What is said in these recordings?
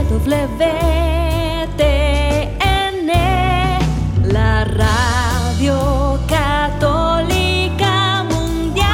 EWTN, la Radio Católica Mundial.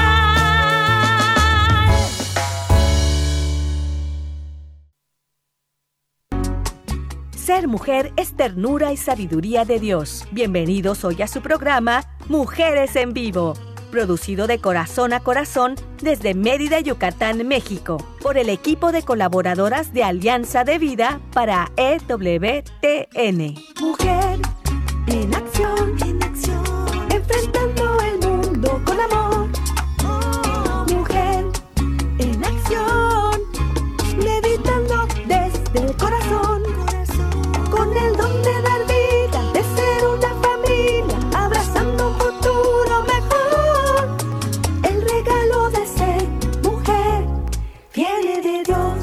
Ser mujer es ternura y sabiduría de Dios. Bienvenidos hoy a su programa Mujeres en Vivo, producido de corazón a corazón desde Mérida, Yucatán, México, por el equipo de colaboradoras de Alianza de Vida para EWTN. Mujer en acción, enfrentando el mundo con amor. Mujer en acción, meditando desde el corazón, con el don de dar vida, de ser una familia, abrazando un futuro mejor. El regalo de ser mujer viene de Dios.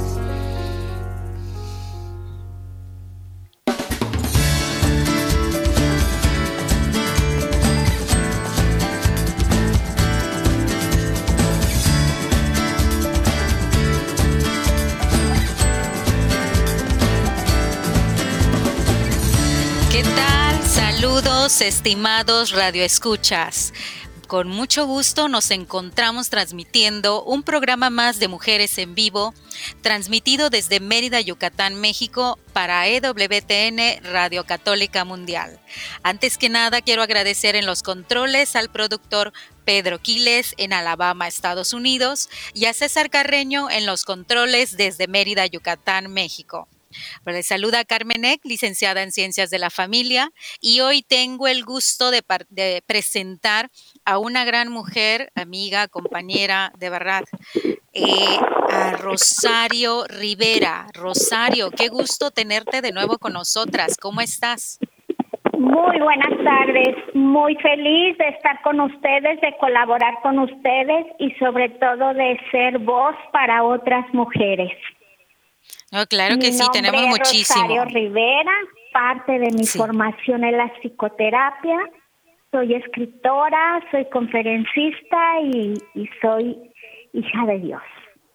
¿Qué tal? Saludos, estimados radioescuchas. Con mucho gusto nos encontramos transmitiendo un programa más de Mujeres en Vivo, transmitido desde Mérida, Yucatán, México, para EWTN Radio Católica Mundial. Antes que nada, quiero agradecer en los controles al productor Pedro Quiles en Alabama, Estados Unidos, y a César Carreño en los controles desde Mérida, Yucatán, México. Les saluda Carmen Eck, licenciada en Ciencias de la Familia, y hoy tengo el gusto de presentar a una gran mujer, amiga, compañera, de verdad, a Rosario Rivera. Rosario, qué gusto tenerte de nuevo con nosotras. ¿Cómo estás? Muy buenas tardes, muy feliz de estar con ustedes, de colaborar con ustedes y sobre todo de ser voz para otras mujeres. Oh, claro que sí, tenemos muchísimo. Rosario Rivera, parte de mi formación en la psicoterapia. Soy escritora, soy conferencista y soy hija de Dios.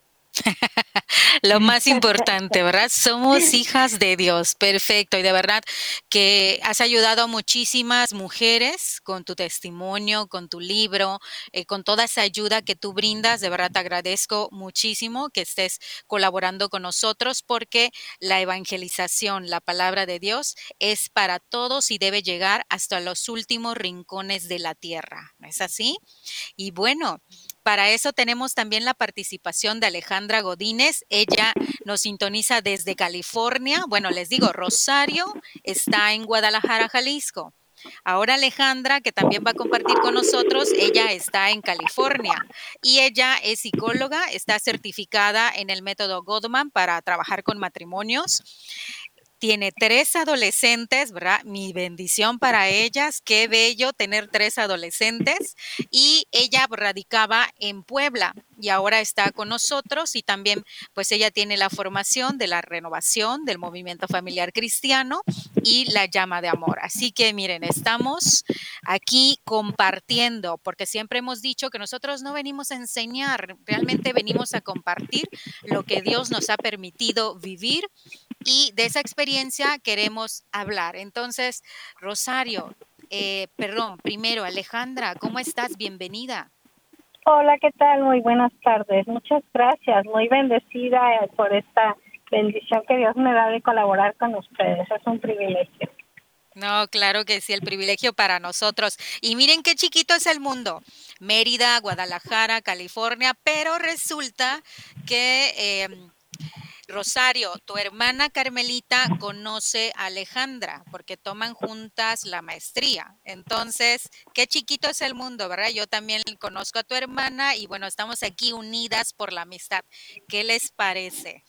Lo más importante, ¿verdad? Somos hijas de Dios. Perfecto. Y de verdad que has ayudado a muchísimas mujeres con tu testimonio, con tu libro, con toda esa ayuda que tú brindas. De verdad te agradezco muchísimo que estés colaborando con nosotros, porque la evangelización, la palabra de Dios, es para todos y debe llegar hasta los últimos rincones de la tierra. ¿No es así? Y bueno, para eso tenemos también la participación de Alejandra Godínez. Ella nos sintoniza desde California. Bueno, les digo, Rosario está en Guadalajara, Jalisco. Ahora Alejandra, que también va a compartir con nosotros, ella está en California y ella es psicóloga, está certificada en el método Gottman para trabajar con matrimonios. Tiene 3 adolescentes, ¿verdad? Mi bendición para ellas, qué bello tener 3 adolescentes. Y ella radicaba en Puebla y ahora está con nosotros, y también pues ella tiene la formación de la renovación del movimiento familiar cristiano y la llama de amor. Así que miren, estamos aquí compartiendo, porque siempre hemos dicho que nosotros no venimos a enseñar, realmente venimos a compartir lo que Dios nos ha permitido vivir, y de esa experiencia queremos hablar. Entonces, Rosario, primero Alejandra, ¿cómo estás? Bienvenida. Hola, ¿qué tal? Muy buenas tardes. Muchas gracias. Muy bendecida por esta bendición que Dios me da de colaborar con ustedes. Es un privilegio. No, claro que sí, el privilegio para nosotros. Y miren qué chiquito es el mundo. Mérida, Guadalajara, California, pero resulta que Rosario, tu hermana Carmelita conoce a Alejandra porque toman juntas la maestría. Entonces, qué chiquito es el mundo, ¿verdad? Yo también conozco a tu hermana y bueno, estamos aquí unidas por la amistad. ¿Qué les parece?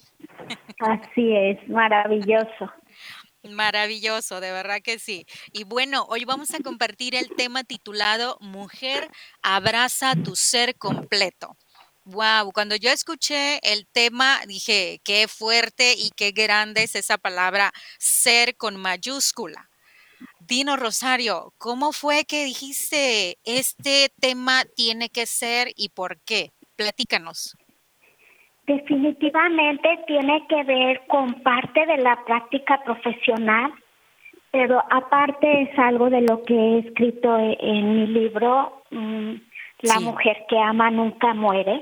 Así es, maravilloso. Maravilloso, de verdad que sí. Y bueno, hoy vamos a compartir el tema titulado Mujer, abraza tu ser completo. Wow, cuando yo escuché el tema dije, qué fuerte y qué grande es esa palabra ser con mayúscula. Dinos, Rosario, ¿cómo fue que dijiste este tema tiene que ser y por qué? Platícanos. Definitivamente tiene que ver con parte de la práctica profesional, pero aparte es algo de lo que he escrito en mi libro, La mujer que ama nunca muere,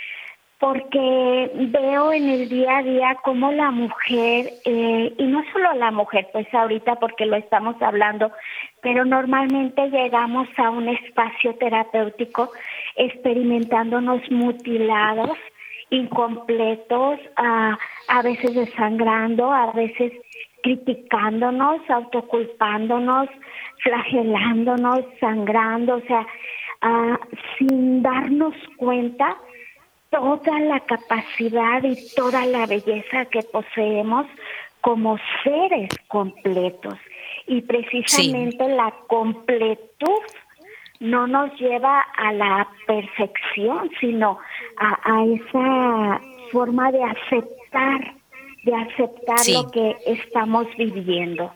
porque veo en el día a día cómo la mujer, y no solo la mujer, pues ahorita porque lo estamos hablando, pero normalmente llegamos a un espacio terapéutico experimentándonos mutilados, incompletos, a veces desangrando, a veces criticándonos, autoculpándonos, flagelándonos, sangrando, o sea, sin darnos cuenta toda la capacidad y toda la belleza que poseemos como seres completos. Y precisamente la completud no nos lleva a la perfección, sino a esa forma de aceptar lo que estamos viviendo.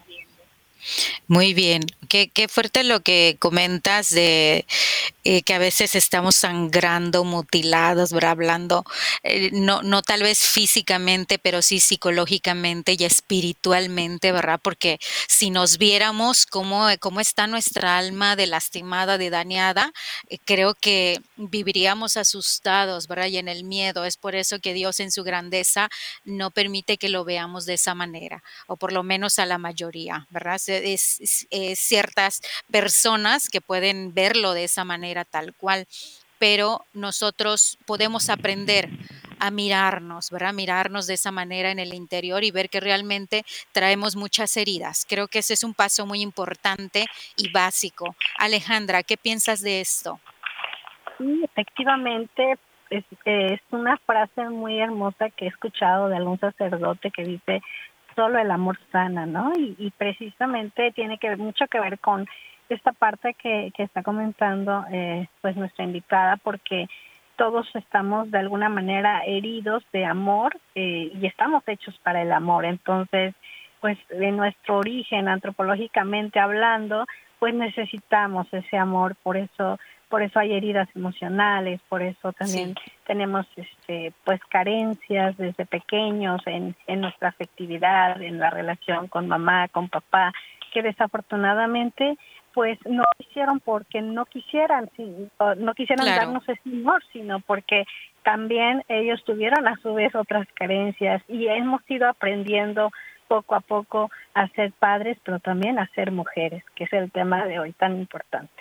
Muy bien, qué fuerte lo que comentas de que a veces estamos sangrando, mutilados, ¿verdad? Hablando, no tal vez físicamente, pero sí psicológicamente y espiritualmente, ¿verdad? Porque si nos viéramos cómo está nuestra alma de lastimada, de dañada, creo que viviríamos asustados, ¿verdad? Y en el miedo. Es por eso que Dios en su grandeza no permite que lo veamos de esa manera, o por lo menos a la mayoría, ¿verdad? Es ciertas personas que pueden verlo de esa manera tal cual, pero nosotros podemos aprender a mirarnos, ¿verdad? Mirarnos de esa manera en el interior y ver que realmente traemos muchas heridas. Creo que ese es un paso muy importante y básico. Alejandra, ¿qué piensas de esto? Sí, efectivamente, es una frase muy hermosa que he escuchado de algún sacerdote que dice: solo el amor sana, ¿no? Y precisamente tiene mucho que ver con esta parte que está comentando pues nuestra invitada, porque todos estamos de alguna manera heridos de amor y estamos hechos para el amor. Entonces, pues de nuestro origen, antropológicamente hablando, pues necesitamos ese amor. Por eso hay heridas emocionales, por eso también tenemos pues carencias desde pequeños en nuestra afectividad, en la relación con mamá, con papá, que desafortunadamente pues no hicieron porque no quisieran darnos ese amor, sino porque también ellos tuvieron a su vez otras carencias, y hemos ido aprendiendo poco a poco a ser padres, pero también a ser mujeres, que es el tema de hoy tan importante.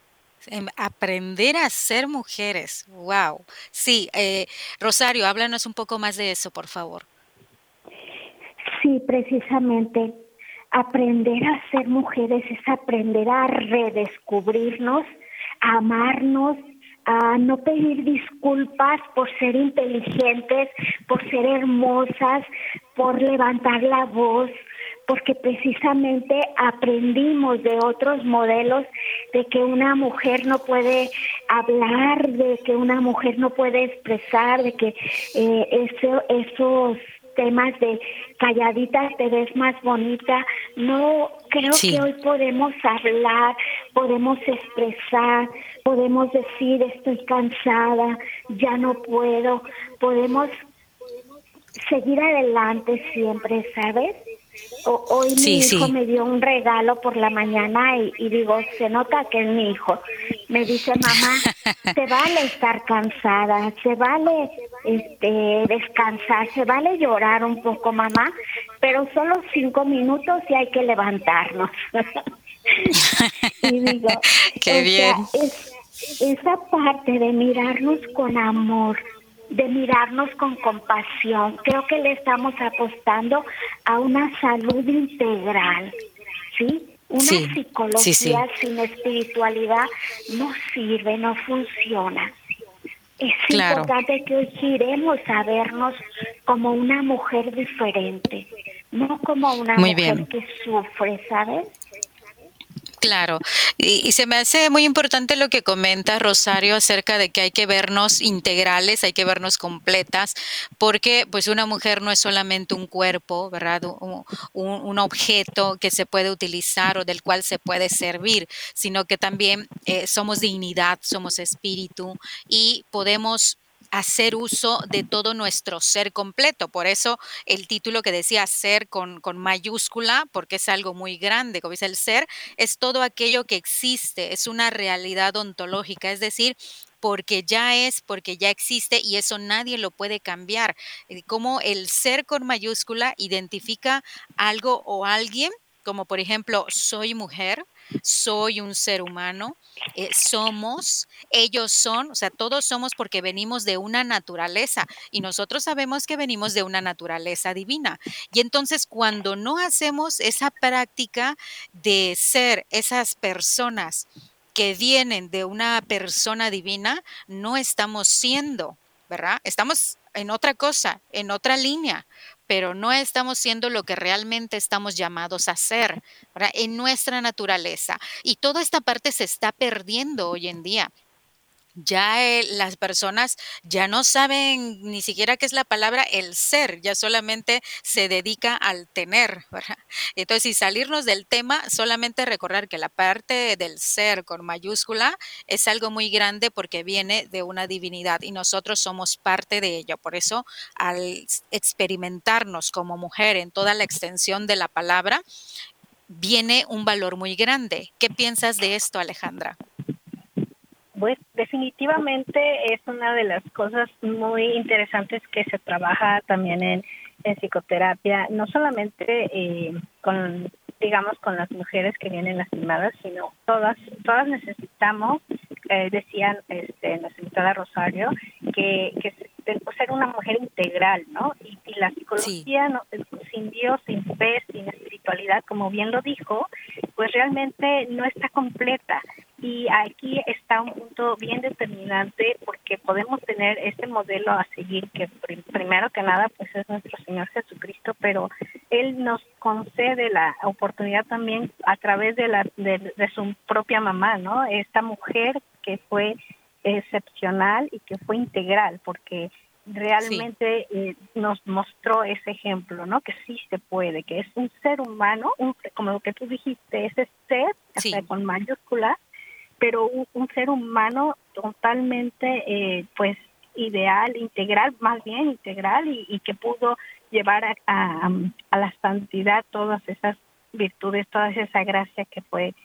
Aprender a ser mujeres. Wow. Sí, Rosario, háblanos un poco más de eso, por favor. Sí, precisamente. Aprender a ser mujeres es aprender a redescubrirnos, a amarnos, a no pedir disculpas por ser inteligentes, por ser hermosas, por levantar la voz, porque precisamente aprendimos de otros modelos de que una mujer no puede hablar, de que una mujer no puede expresar, de que esos temas de calladita te ves más bonita. No, creo que hoy podemos hablar, podemos expresar, podemos decir estoy cansada, ya no puedo, podemos seguir adelante siempre, ¿sabes? Hoy mi hijo me dio un regalo por la mañana y digo, se nota que es mi hijo. Me dice, mamá, se vale estar cansada, se vale descansar, se vale llorar un poco, mamá, pero solo 5 minutos y hay que levantarnos. Y digo, qué bien. Esa parte de mirarnos con amor, de mirarnos con compasión, creo que le estamos apostando a una salud integral, ¿sí? Una psicología sin espiritualidad no sirve, no funciona. Es importante que hoy giremos a vernos como una mujer diferente, no como una mujer que sufre, ¿sabes? Claro, y se me hace muy importante lo que comenta Rosario acerca de que hay que vernos integrales, hay que vernos completas, porque pues una mujer no es solamente un cuerpo, ¿verdad? Un objeto que se puede utilizar o del cual se puede servir, sino que también somos dignidad, somos espíritu y podemos hacer uso de todo nuestro ser completo. Por eso el título que decía ser con mayúscula, porque es algo muy grande. Como dice, el ser es todo aquello que existe, es una realidad ontológica, es decir, porque ya es, porque ya existe y eso nadie lo puede cambiar. Como el ser con mayúscula identifica algo o alguien, como por ejemplo, soy mujer, soy un ser humano, somos, ellos son, o sea, todos somos porque venimos de una naturaleza y nosotros sabemos que venimos de una naturaleza divina. Y entonces cuando no hacemos esa práctica de ser esas personas que vienen de una persona divina, no estamos siendo, ¿verdad? Estamos en otra cosa, en otra línea, pero no estamos siendo lo que realmente estamos llamados a ser, ¿verdad? En nuestra naturaleza. Y toda esta parte se está perdiendo hoy en día. Ya las personas ya no saben ni siquiera qué es la palabra el ser, ya solamente se dedica al tener, ¿verdad? Entonces, y salirnos del tema, solamente recordar que la parte del ser con mayúscula es algo muy grande porque viene de una divinidad y nosotros somos parte de ello. Por eso, al experimentarnos como mujer en toda la extensión de la palabra, viene un valor muy grande. ¿Qué piensas de esto, Alejandra? Pues definitivamente es una de las cosas muy interesantes que se trabaja también en psicoterapia, no solamente con, digamos, con las mujeres que vienen lastimadas, sino todas necesitamos, decían la señora Rosario, que ser una mujer integral, ¿no? Y la psicología, no, sin Dios, sin fe, sin espiritualidad, como bien lo dijo, pues realmente no está completa. Y aquí está un punto bien determinante porque podemos tener este modelo a seguir que primero que nada pues es nuestro Señor Jesucristo, pero Él nos concede la oportunidad también a través de su propia mamá, ¿no? Esta mujer que fue excepcional y que fue integral porque realmente nos mostró ese ejemplo, ¿no? Que sí se puede, que es un ser humano, como lo que tú dijiste, ese ser, hasta con mayúsculas, pero un ser humano totalmente, pues, ideal, integral, más bien integral, y que pudo llevar a la santidad todas esas virtudes, toda esa gracia que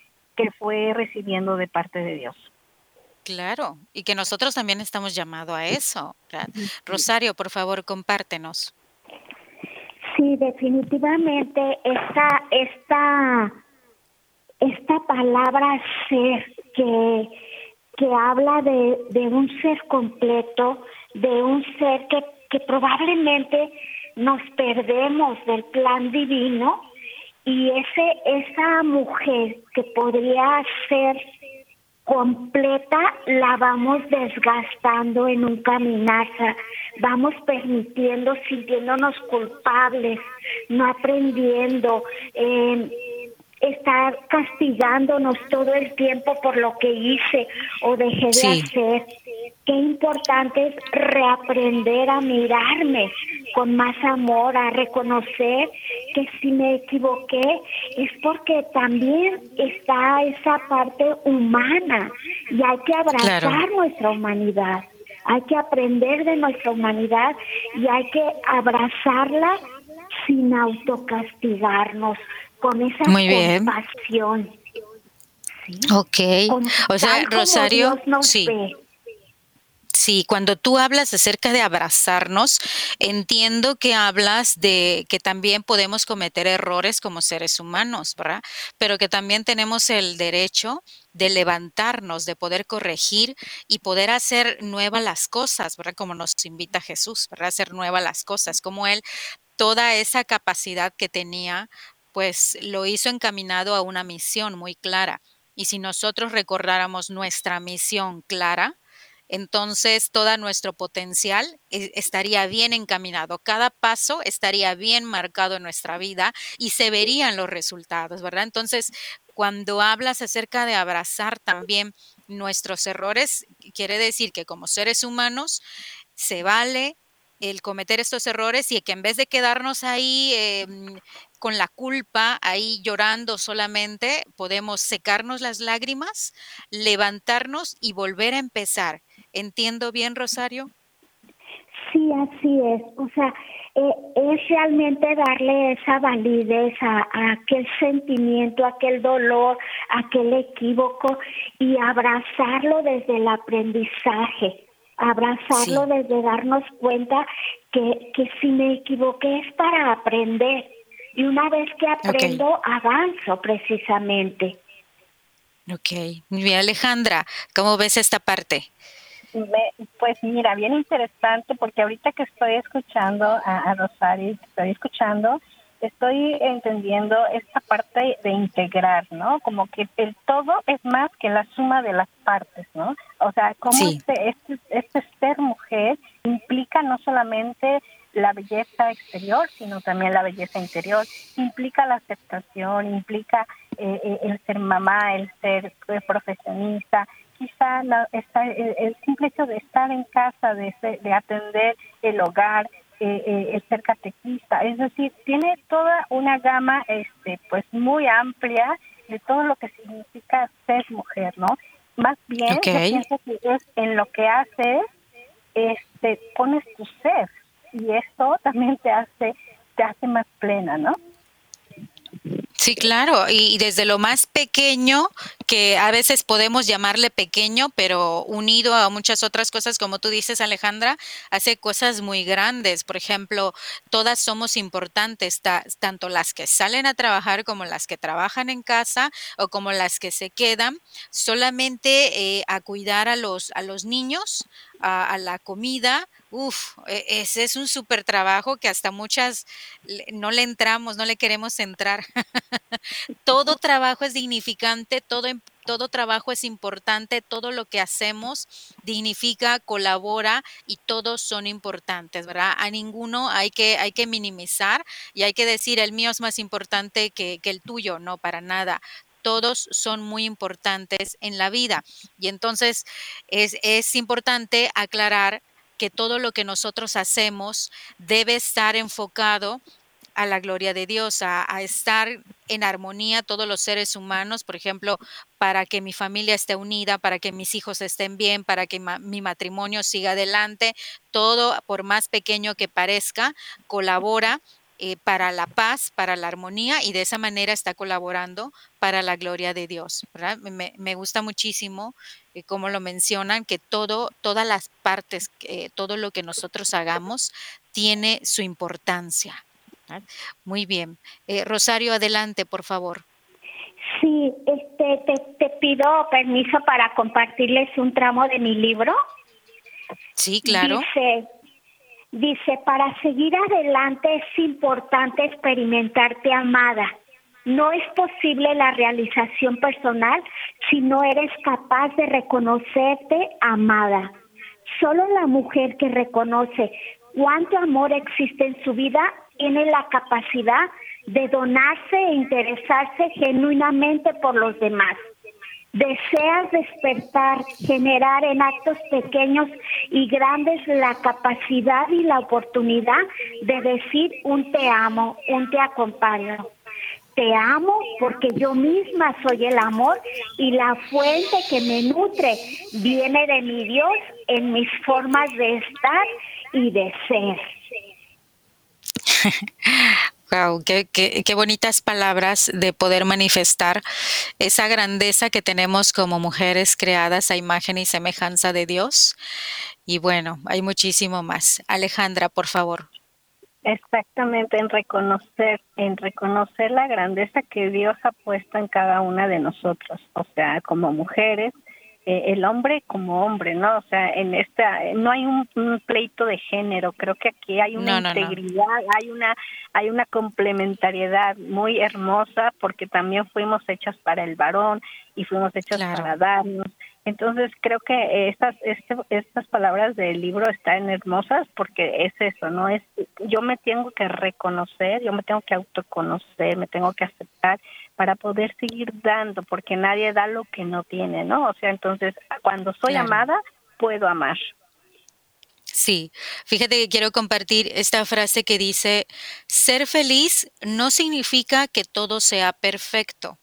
fue recibiendo de parte de Dios. Claro, y que nosotros también estamos llamados a eso. Rosario, por favor, compártenos. Sí, definitivamente esta palabra ser que habla de un ser completo, de un ser que probablemente nos perdemos del plan divino, y esa mujer que podría ser completa la vamos desgastando en un caminar, vamos permitiendo, sintiéndonos culpables, no aprendiendo, estar castigándonos todo el tiempo por lo que hice o dejé de hacer. Qué importante es reaprender a mirarme con más amor, a reconocer que si me equivoqué es porque también está esa parte humana y hay que abrazar nuestra humanidad, hay que aprender de nuestra humanidad y hay que abrazarla sin autocastigarnos, con esa compasión. ¿Sí? Ok, o sea, Rosario, sí. Ve. Sí, cuando tú hablas acerca de abrazarnos, entiendo que hablas de que también podemos cometer errores como seres humanos, ¿verdad? Pero que también tenemos el derecho de levantarnos, de poder corregir y poder hacer nuevas las cosas, ¿verdad? Como nos invita Jesús, ¿verdad? Hacer nuevas las cosas, como Él, toda esa capacidad que tenía, pues lo hizo encaminado a una misión muy clara. Y si nosotros recordáramos nuestra misión clara, entonces todo nuestro potencial estaría bien encaminado, cada paso estaría bien marcado en nuestra vida y se verían los resultados, ¿verdad? Entonces, cuando hablas acerca de abrazar también nuestros errores, quiere decir que como seres humanos se vale el cometer estos errores y que en vez de quedarnos ahí con la culpa, ahí llorando solamente, podemos secarnos las lágrimas, levantarnos y volver a empezar. ¿Entiendo bien, Rosario? Sí, así es. O sea, es realmente darle esa validez a aquel sentimiento, a aquel dolor, a aquel equívoco y abrazarlo desde el aprendizaje, abrazarlo Sí, desde darnos cuenta que si me equivoqué es para aprender. Y una vez que ok, aprendo, avanzo precisamente. ok. Muy bien, Alejandra, ¿cómo ves esta parte? Pues mira, bien interesante porque ahorita que estoy escuchando a Rosario, estoy entendiendo esta parte de integrar, ¿no? Como que el todo es más que la suma de las partes, ¿no? O sea, como Sí, este ser mujer implica no solamente la belleza exterior, sino también la belleza interior, implica la aceptación, implica el ser mamá, el ser profesionista, quizá el simple hecho de estar en casa, de atender el hogar, el ser catequista, es decir, tiene toda una gama pues muy amplia de todo lo que significa ser mujer, ¿no? Más bien, ok. yo pienso que es en lo que haces, pones tu ser, y eso también te hace más plena, ¿no? Sí, claro, y desde lo más pequeño, que a veces podemos llamarle pequeño, pero unido a muchas otras cosas, como tú dices, Alejandra, hace cosas muy grandes. Por ejemplo, todas somos importantes, tanto las que salen a trabajar como las que trabajan en casa o como las que se quedan solamente a cuidar a los niños, a la comida. Uf, ese es un súper trabajo que hasta muchas no le entramos, no le queremos entrar. Todo trabajo es dignificante, todo trabajo es importante, todo lo que hacemos dignifica, colabora y todos son importantes, ¿verdad? A ninguno hay que minimizar y hay que decir el mío es más importante que el tuyo, no, para nada. Todos son muy importantes en la vida. Y entonces es importante aclarar que todo lo que nosotros hacemos debe estar enfocado a la gloria de Dios, a estar en armonía todos los seres humanos, por ejemplo, para que mi familia esté unida, para que mis hijos estén bien, para que mi matrimonio siga adelante, todo, por más pequeño que parezca, colabora para la paz, para la armonía y de esa manera está colaborando para la gloria de Dios, ¿verdad? Me gusta muchísimo como lo mencionan, que todas las partes, todo lo que nosotros hagamos tiene su importancia. ¿Verdad? Muy bien. Rosario, adelante, por favor. Sí, te pido permiso para compartirles un tramo de mi libro. Sí, claro. Dice, para seguir adelante es importante experimentarte amada. No es posible la realización personal si no eres capaz de reconocerte amada. Solo la mujer que reconoce cuánto amor existe en su vida tiene la capacidad de donarse e interesarse genuinamente por los demás. Deseas despertar, generar en actos pequeños y grandes la capacidad y la oportunidad de decir un te amo, un te acompaño. Te amo porque yo misma soy el amor y la fuente que me nutre viene de mi Dios en mis formas de estar y de ser. Wow, qué bonitas palabras de poder manifestar esa grandeza que tenemos como mujeres creadas a imagen y semejanza de Dios. Y bueno, hay muchísimo más. Alejandra, por favor. Exactamente, en reconocer la grandeza que Dios ha puesto en cada una de nosotros, o sea, como mujeres, el hombre como hombre, ¿no? O sea, no hay un pleito de género, creo que aquí hay una No, no, no. integridad, hay una complementariedad muy hermosa, porque también fuimos hechas para el varón y fuimos hechas Claro, para darnos. Entonces creo que estas palabras del libro están hermosas porque es eso, ¿no? Yo me tengo que reconocer, yo me tengo que autoconocer, me tengo que aceptar para poder seguir dando, porque nadie da lo que no tiene, ¿no? O sea, entonces cuando soy claro. amada, puedo amar. Sí, fíjate que quiero compartir esta frase que dice, ser feliz no significa que todo sea perfecto,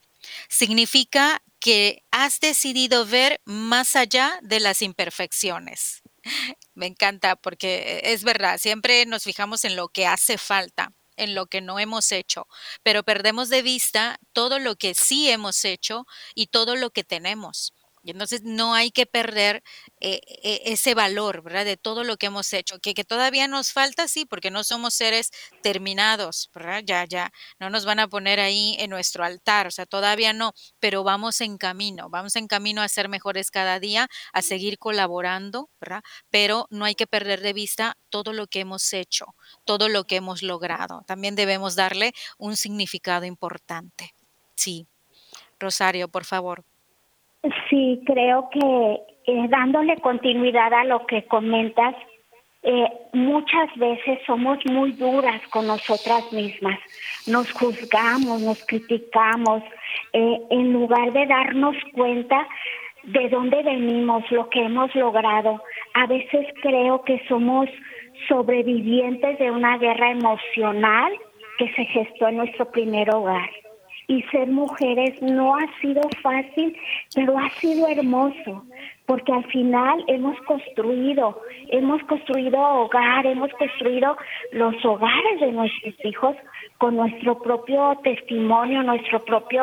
significa que has decidido ver más allá de las imperfecciones. Me encanta porque es verdad, siempre nos fijamos en lo que hace falta, en lo que no hemos hecho, pero perdemos de vista todo lo que sí hemos hecho y todo lo que tenemos. Y entonces no hay que perder ese valor, ¿verdad? De todo lo que hemos hecho, que todavía nos falta, sí, porque no somos seres terminados, ¿verdad? Ya, no nos van a poner ahí en nuestro altar, o sea, todavía no, pero vamos en camino a ser mejores cada día, a seguir colaborando, ¿verdad? Pero no hay que perder de vista todo lo que hemos hecho, todo lo que hemos logrado. También debemos darle un significado importante. Sí, Rosario, por favor. Sí, creo que dándole continuidad a lo que comentas, muchas veces somos muy duras con nosotras mismas, nos juzgamos, nos criticamos, en lugar de darnos cuenta de dónde venimos, lo que hemos logrado. A veces creo que somos sobrevivientes de una guerra emocional que se gestó en nuestro primer hogar. Y ser mujeres no ha sido fácil, pero ha sido hermoso, porque al final hemos construido hogar, hemos construido los hogares de nuestros hijos con nuestro propio testimonio, nuestro propio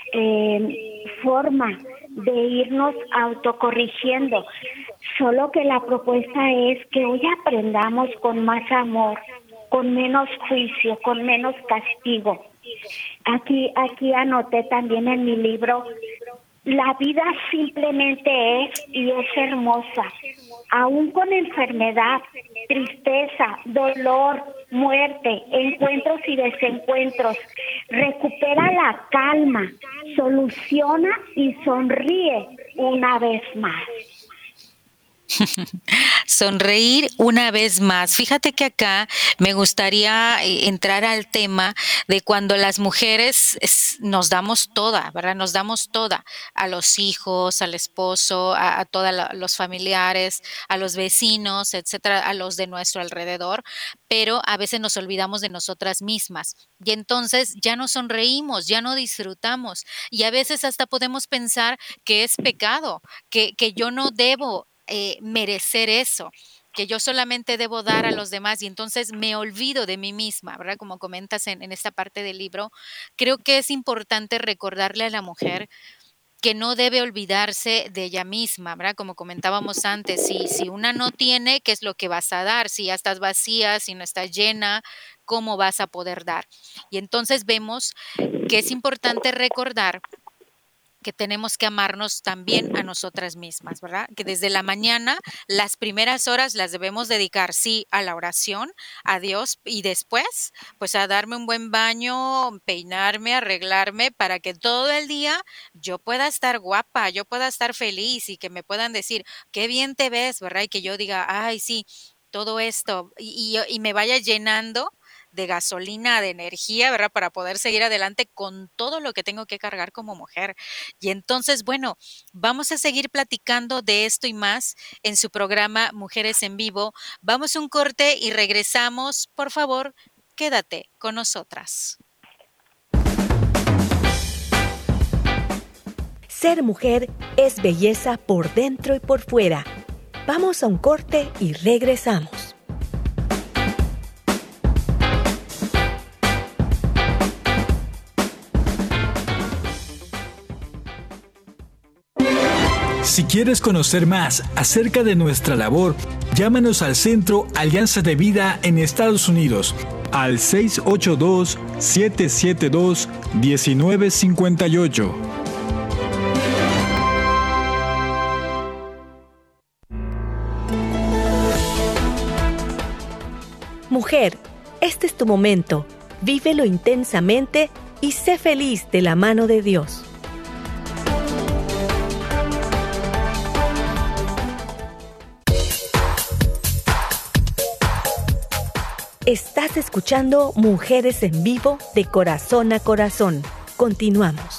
forma de irnos autocorrigiendo. Solo que la propuesta es que hoy aprendamos con más amor, con menos juicio, con menos castigo. Aquí anoté también en mi libro, la vida simplemente es y es hermosa, aún con enfermedad, tristeza, dolor, muerte, encuentros y desencuentros. Recupera la calma, soluciona y sonríe una vez más. Sonreír una vez más. Fíjate que acá me gustaría entrar al tema de cuando las mujeres nos damos toda, ¿verdad? Nos damos toda a los hijos, al esposo, a todos los familiares, a los vecinos, etcétera, a los de nuestro alrededor, pero a veces nos olvidamos de nosotras mismas y entonces ya no sonreímos, ya no disfrutamos y a veces hasta podemos pensar que es pecado, que yo no debo merecer eso, que yo solamente debo dar a los demás y entonces me olvido de mí misma, ¿verdad? Como comentas en esta parte del libro, creo que es importante recordarle a la mujer que no debe olvidarse de ella misma, ¿verdad? Como comentábamos antes, si una no tiene, ¿qué es lo que vas a dar? Si ya estás vacía, si no estás llena, ¿cómo vas a poder dar? Y entonces vemos que es importante recordar que tenemos que amarnos también a nosotras mismas, ¿verdad? Que desde la mañana, las primeras horas las debemos dedicar, sí, a la oración, a Dios, y después, pues a darme un buen baño, peinarme, arreglarme, para que todo el día yo pueda estar guapa, yo pueda estar feliz y que me puedan decir, qué bien te ves, ¿verdad? Y que yo diga, ay, sí, todo esto, y me vaya llenando de gasolina, de energía, ¿verdad? Para poder seguir adelante con todo lo que tengo que cargar como mujer. Y entonces, bueno, vamos a seguir platicando de esto y más en su programa Mujeres en Vivo. Vamos a un corte y regresamos. Por favor, quédate con nosotras. Ser mujer es belleza por dentro y por fuera. Vamos a un corte y regresamos. Si quieres conocer más acerca de nuestra labor, llámanos al Centro Alianza de Vida en Estados Unidos al 682-772-1958. Mujer, este es tu momento. Vívelo intensamente y sé feliz de la mano de Dios. Estás escuchando Mujeres en Vivo de Corazón a Corazón. Continuamos.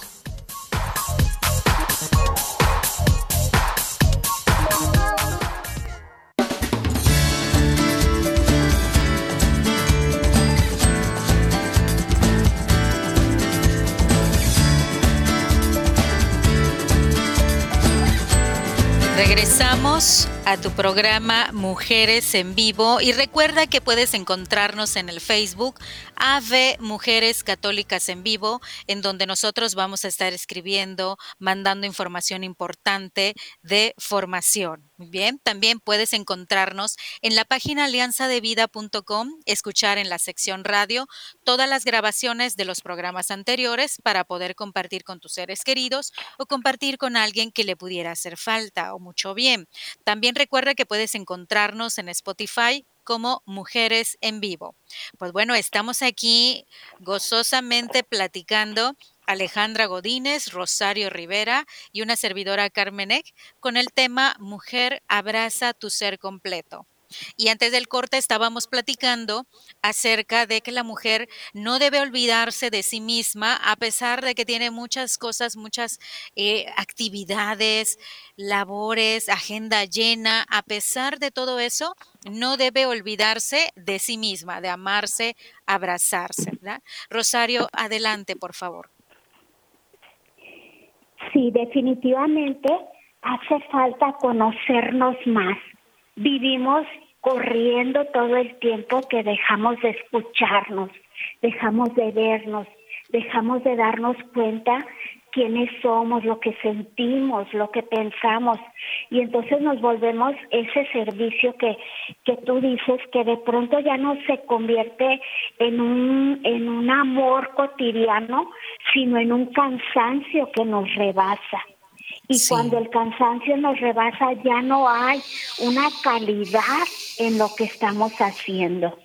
Regresamos a tu programa Mujeres en Vivo y recuerda que puedes encontrarnos en el Facebook AVE Mujeres Católicas en Vivo, en donde nosotros vamos a estar escribiendo, mandando información importante de formación. Muy bien, también puedes encontrarnos en la página alianzadevida.com, escuchar en la sección radio todas las grabaciones de los programas anteriores para poder compartir con tus seres queridos o compartir con alguien que le pudiera hacer falta o mucho bien. También recuerda que puedes encontrarnos en Spotify como Mujeres en Vivo. Pues bueno, estamos aquí gozosamente platicando Alejandra Godínez, Rosario Rivera y una servidora Carmen Eck con el tema Mujer, abraza tu ser completo. Y antes del corte estábamos platicando acerca de que la mujer no debe olvidarse de sí misma a pesar de que tiene muchas cosas, muchas actividades, labores, agenda llena. A pesar de todo eso, no debe olvidarse de sí misma, de amarse, abrazarse, ¿verdad? Rosario, adelante, por favor. Sí, definitivamente hace falta conocernos más. Vivimos corriendo todo el tiempo que dejamos de escucharnos, dejamos de vernos, dejamos de darnos cuenta quiénes somos, lo que sentimos, lo que pensamos, y entonces nos volvemos ese servicio que tú dices, que de pronto ya no se convierte en un amor cotidiano, sino en un cansancio que nos rebasa. Y sí, cuando el cansancio nos rebasa, ya no hay una calidad en lo que estamos haciendo.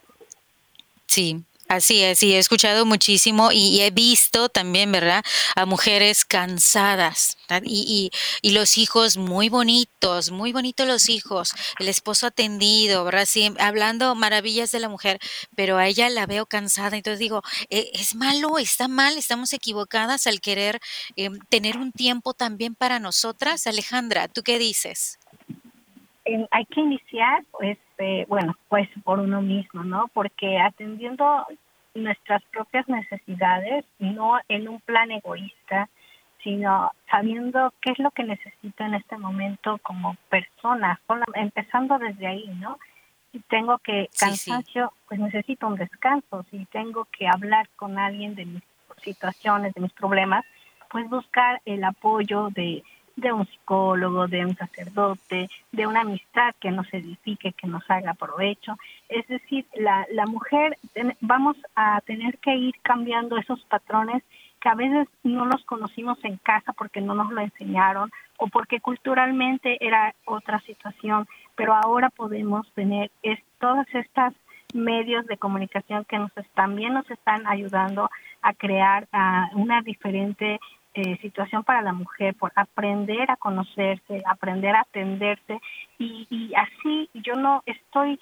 Sí. Así es, y he escuchado muchísimo y he visto también, ¿verdad?, a mujeres cansadas, ¿verdad? Y los hijos muy bonitos los hijos, el esposo atendido, ¿verdad?, sí, hablando maravillas de la mujer, pero a ella la veo cansada, entonces digo, ¿es malo, está mal, estamos equivocadas al querer tener un tiempo también para nosotras? Alejandra, ¿tú qué dices? Hay que iniciar, pues por uno mismo, ¿no? Porque atendiendo nuestras propias necesidades, no en un plan egoísta, sino sabiendo qué es lo que necesito en este momento como persona, empezando desde ahí, ¿no? Si tengo que cansancio, pues necesito un descanso. Si tengo que hablar con alguien de mis situaciones, de mis problemas, pues buscar el apoyo de un psicólogo, de un sacerdote, de una amistad que nos edifique, que nos haga provecho. Es decir, la mujer, vamos a tener que ir cambiando esos patrones que a veces no los conocimos en casa porque no nos lo enseñaron o porque culturalmente era otra situación, pero ahora podemos tener todas estas medios de comunicación que también nos están ayudando a crear una diferente situación para la mujer, por aprender a conocerse, aprender a atenderse y así yo no estoy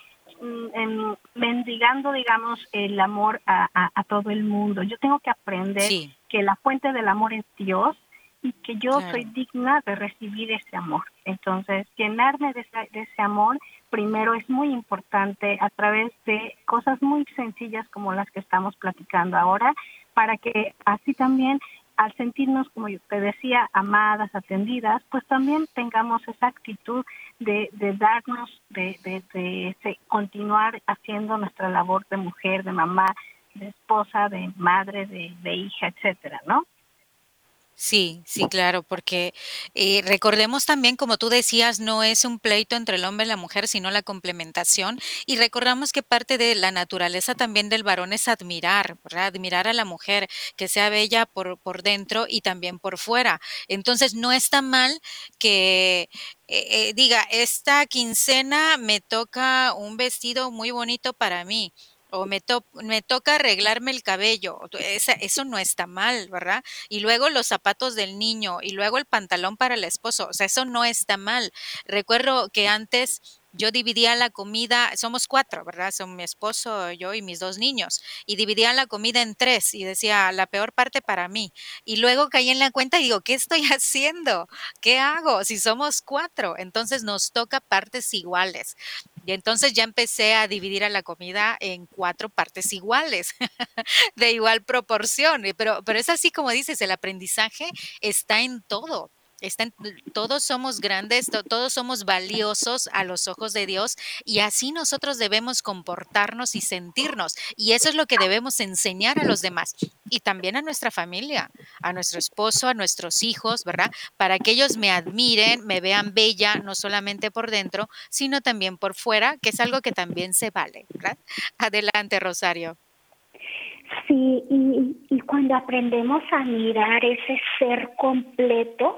mendigando, digamos, el amor a todo el mundo. Yo tengo que aprender que la fuente del amor es Dios y que yo soy digna de recibir ese amor. Entonces, llenarme de ese amor primero es muy importante a través de cosas muy sencillas como las que estamos platicando ahora, para que así también al sentirnos, como yo te decía, amadas, atendidas, pues también tengamos esa actitud de darnos, de continuar haciendo nuestra labor de mujer, de mamá, de esposa, de madre, de hija, etcétera, ¿no? Sí, claro, porque recordemos también, como tú decías, no es un pleito entre el hombre y la mujer, sino la complementación. Y recordamos que parte de la naturaleza también del varón es admirar, ¿verdad? Admirar a la mujer, que sea bella por dentro y también por fuera. Entonces, no está mal que diga, esta quincena me toca un vestido muy bonito para mí. O me toca arreglarme el cabello, eso no está mal, ¿verdad? Y luego los zapatos del niño, y luego el pantalón para el esposo, o sea, eso no está mal. Recuerdo que antes yo dividía la comida, somos 4, ¿verdad? Son mi esposo, yo y mis 2 niños, y dividía la comida en 3 y decía, la peor parte para mí. Y luego caí en la cuenta y digo, ¿qué estoy haciendo? ¿Qué hago? Si somos 4, entonces nos toca partes iguales. Y entonces ya empecé a dividir a la comida en 4 partes iguales, de igual proporción. Pero es así como dices, el aprendizaje está en todo. Todos somos grandes, todos somos valiosos a los ojos de Dios y así nosotros debemos comportarnos y sentirnos. Y eso es lo que debemos enseñar a los demás y también a nuestra familia, a nuestro esposo, a nuestros hijos, ¿verdad? Para que ellos me admiren, me vean bella, no solamente por dentro, sino también por fuera, que es algo que también se vale, ¿verdad? Adelante, Rosario. Sí, y cuando aprendemos a mirar ese ser completo,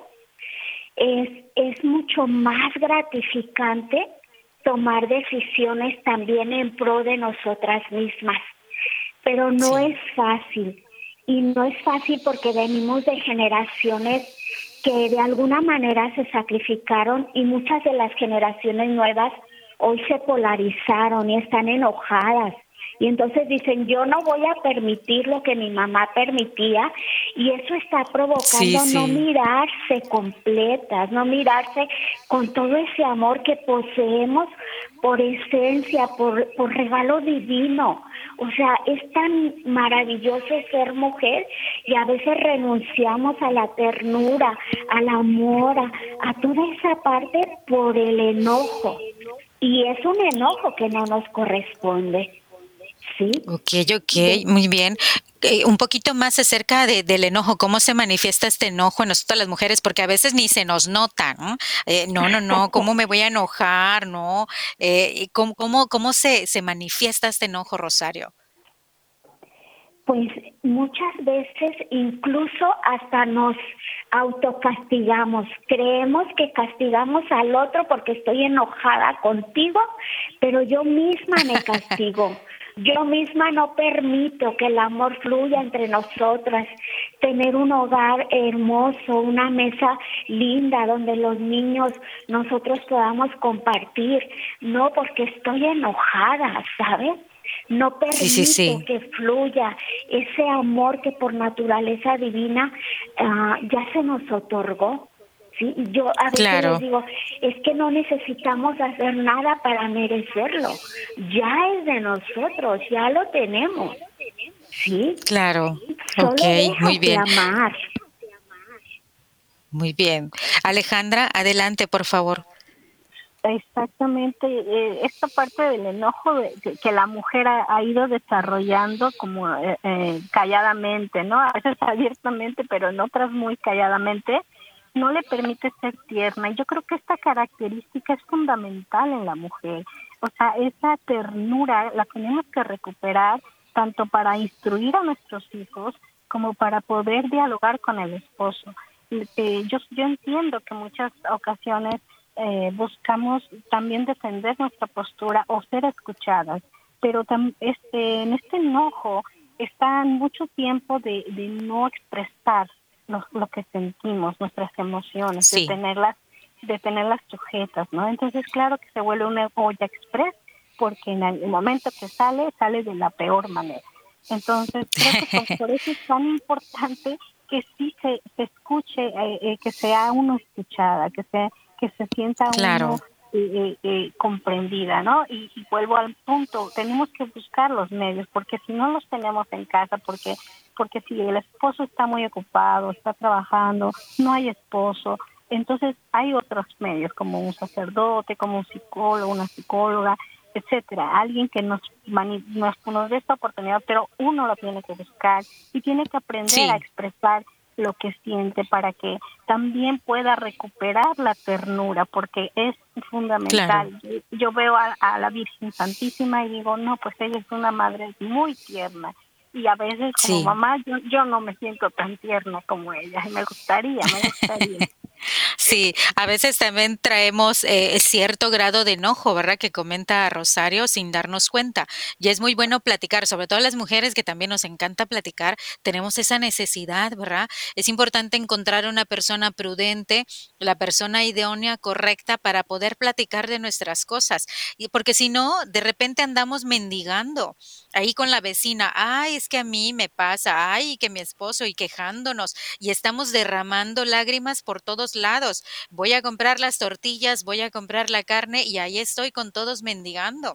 es mucho más gratificante tomar decisiones también en pro de nosotras mismas. Pero no es fácil. Y no es fácil porque venimos de generaciones que de alguna manera se sacrificaron y muchas de las generaciones nuevas hoy se polarizaron y están enojadas. Y entonces dicen, yo no voy a permitir lo que mi mamá permitía, y eso está provocando no mirarse completas, no mirarse con todo ese amor que poseemos por esencia, por regalo divino. O sea, es tan maravilloso ser mujer y a veces renunciamos a la ternura, al amor, a toda esa parte por el enojo. Y es un enojo que no nos corresponde. ¿Sí? Ok, muy bien. Un poquito más acerca del enojo, ¿cómo se manifiesta este enojo en nosotras las mujeres? Porque a veces ni se nos nota, ¿no? No, ¿cómo me voy a enojar? ¿No? ¿Cómo se manifiesta este enojo, Rosario? Pues muchas veces incluso hasta nos autocastigamos. Creemos que castigamos al otro porque estoy enojada contigo, pero yo misma me castigo. Yo misma no permito que el amor fluya entre nosotras, tener un hogar hermoso, una mesa linda donde los niños, nosotros podamos compartir, no porque estoy enojada, ¿sabes? No permito que fluya ese amor que por naturaleza divina ya se nos otorgó. Sí, yo a veces les digo, es que no necesitamos hacer nada para merecerlo. Ya es de nosotros, ya lo tenemos. Sí. Claro. Solo muy bien. Amar. Muy bien. Alejandra, adelante, por favor. Exactamente, esta parte del enojo que la mujer ha ido desarrollando como calladamente, ¿no? A veces abiertamente, pero en otras muy calladamente, no le permite ser tierna. Y yo creo que esta característica es fundamental en la mujer. O sea, esa ternura la tenemos que recuperar tanto para instruir a nuestros hijos como para poder dialogar con el esposo. Yo entiendo que muchas ocasiones buscamos también defender nuestra postura o ser escuchadas, pero en este enojo está mucho tiempo de no expresar lo que sentimos, nuestras emociones, de tenerlas sujetas, ¿no? Entonces, claro que se vuelve una olla express, porque en el momento que sale de la peor manera. Entonces, creo que por eso es tan importante que sí se escuche, que sea uno escuchada, que se sienta uno comprendida, ¿no? Y vuelvo al punto, tenemos que buscar los medios, porque si no los tenemos en casa, porque si el esposo está muy ocupado, está trabajando, no hay esposo, entonces hay otros medios, como un sacerdote, como un psicólogo, una psicóloga, etcétera, alguien que nos dé esta oportunidad, pero uno lo tiene que buscar y tiene que aprender a expresar lo que siente para que también pueda recuperar la ternura, porque es fundamental. Claro. Yo veo a la Virgen Santísima y digo, no, pues ella es una madre muy tierna, y a veces como mamá yo no me siento tan tierna como ella, y me gustaría. Sí, a veces también traemos cierto grado de enojo, ¿verdad? Que comenta Rosario sin darnos cuenta. Y es muy bueno platicar, sobre todo las mujeres que también nos encanta platicar, tenemos esa necesidad, ¿verdad? Es importante encontrar una persona prudente, la persona idónea, correcta, para poder platicar de nuestras cosas. Y porque si no, de repente andamos mendigando ahí con la vecina, ay, es que a mí me pasa, ay, que mi esposo, y quejándonos, y estamos derramando lágrimas por todos lados. Voy a comprar las tortillas, voy a comprar la carne y ahí estoy con todos mendigando.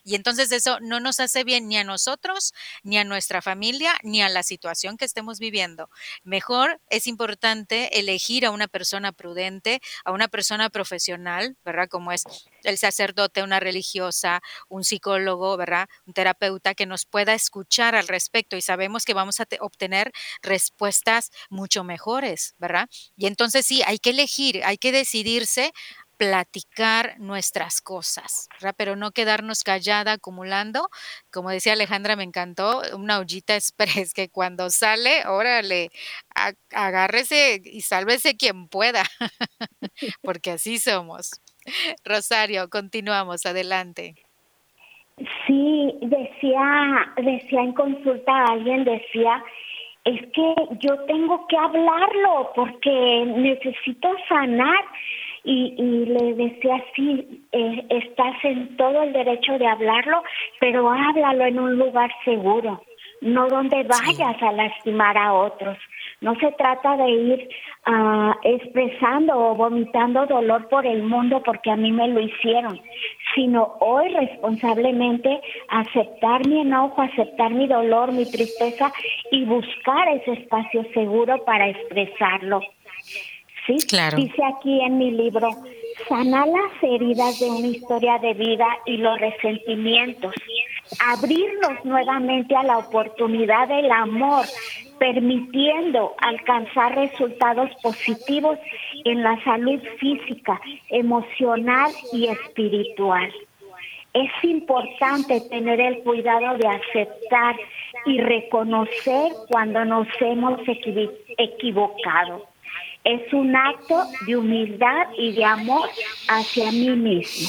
Y entonces eso no nos hace bien ni a nosotros, ni a nuestra familia, ni a la situación que estemos viviendo. Mejor es importante elegir a una persona prudente, a una persona profesional, ¿verdad? Como es el sacerdote, una religiosa, un psicólogo, ¿verdad? Un terapeuta que nos pueda escuchar al respecto y sabemos que vamos a obtener respuestas mucho mejores, ¿verdad? Y entonces sí, hay que elegir, hay que decidirse platicar nuestras cosas, ¿verdad? Pero no quedarnos callada acumulando. Como decía Alejandra, me encantó, una ollita express que cuando sale, órale, agárrese y sálvese quien pueda, porque así somos. Rosario, continuamos, adelante. Sí, decía en consulta alguien, decía, es que yo tengo que hablarlo porque necesito sanar. Y le decía, sí, estás en todo el derecho de hablarlo, pero háblalo en un lugar seguro, no donde vayas a lastimar a otros. No se trata de ir expresando o vomitando dolor por el mundo porque a mí me lo hicieron, sino hoy responsablemente aceptar mi enojo, aceptar mi dolor, mi tristeza y buscar ese espacio seguro para expresarlo. Sí, claro. Dice aquí en mi libro, sanar las heridas de una historia de vida y los resentimientos, abrirnos nuevamente a la oportunidad del amor, permitiendo alcanzar resultados positivos en la salud física, emocional y espiritual. Es importante tener el cuidado de aceptar y reconocer cuando nos hemos equivocado. Es un acto de humildad y de amor hacia mí mismo.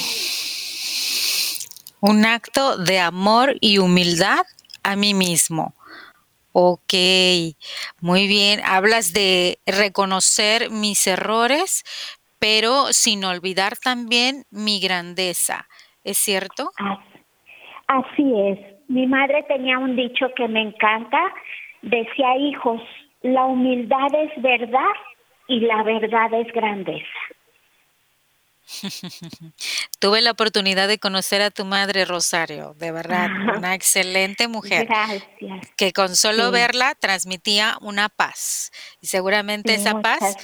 Un acto de amor y humildad a mí mismo. Ok, muy bien. Hablas de reconocer mis errores, pero sin olvidar también mi grandeza. ¿Es cierto? Así es. Mi madre tenía un dicho que me encanta. Decía, hijos, la humildad es verdad y la verdad es grandeza. Tuve la oportunidad de conocer a tu madre, Rosario, de verdad, una excelente mujer. Gracias. Que con solo verla transmitía una paz. Y seguramente esa paz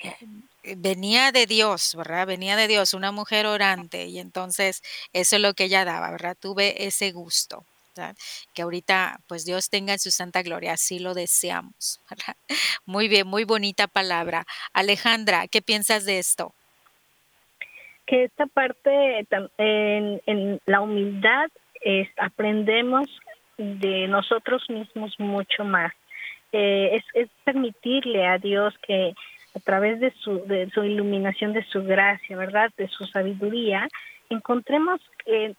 venía de Dios, ¿verdad? Venía de Dios, una mujer orante. Y entonces eso es lo que ella daba, ¿verdad? Tuve ese gusto. ¿Verdad? Que ahorita, pues Dios tenga en su santa gloria, así lo deseamos, ¿verdad? Muy bien, muy bonita palabra. Alejandra, ¿qué piensas de esto? Que esta parte en la humildad aprendemos de nosotros mismos mucho más. Es permitirle a Dios que a través de su iluminación, de su gracia, ¿verdad? De su sabiduría, encontremos que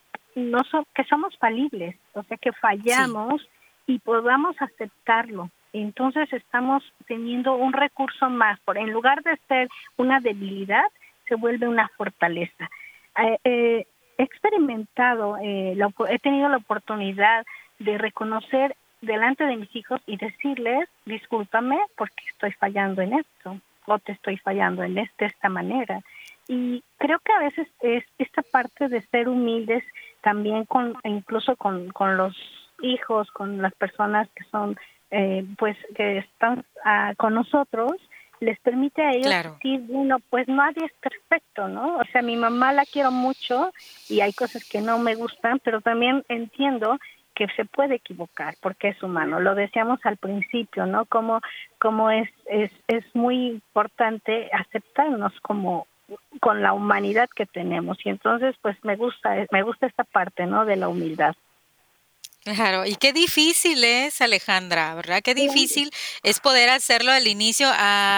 somos falibles, o sea, que fallamos y podamos aceptarlo. Entonces estamos teniendo un recurso más, en lugar de ser una debilidad, se vuelve una fortaleza. He experimentado, he tenido la oportunidad de reconocer delante de mis hijos y decirles, discúlpame porque estoy fallando en esto, o te estoy fallando de esta manera. Y creo que a veces es esta parte de ser humildes también incluso con los hijos, con las personas que son, que están con nosotros, les permite a ellos decir, bueno, pues nadie es perfecto, ¿no? O sea, mi mamá la quiero mucho y hay cosas que no me gustan, pero también entiendo que se puede equivocar porque es humano. Lo decíamos al principio, ¿no? Como es muy importante aceptarnos con la humanidad que tenemos. Y entonces, pues me gusta esta parte, ¿no? De la humildad. Claro, y qué difícil es, Alejandra, ¿verdad? Qué difícil es poder hacerlo al inicio.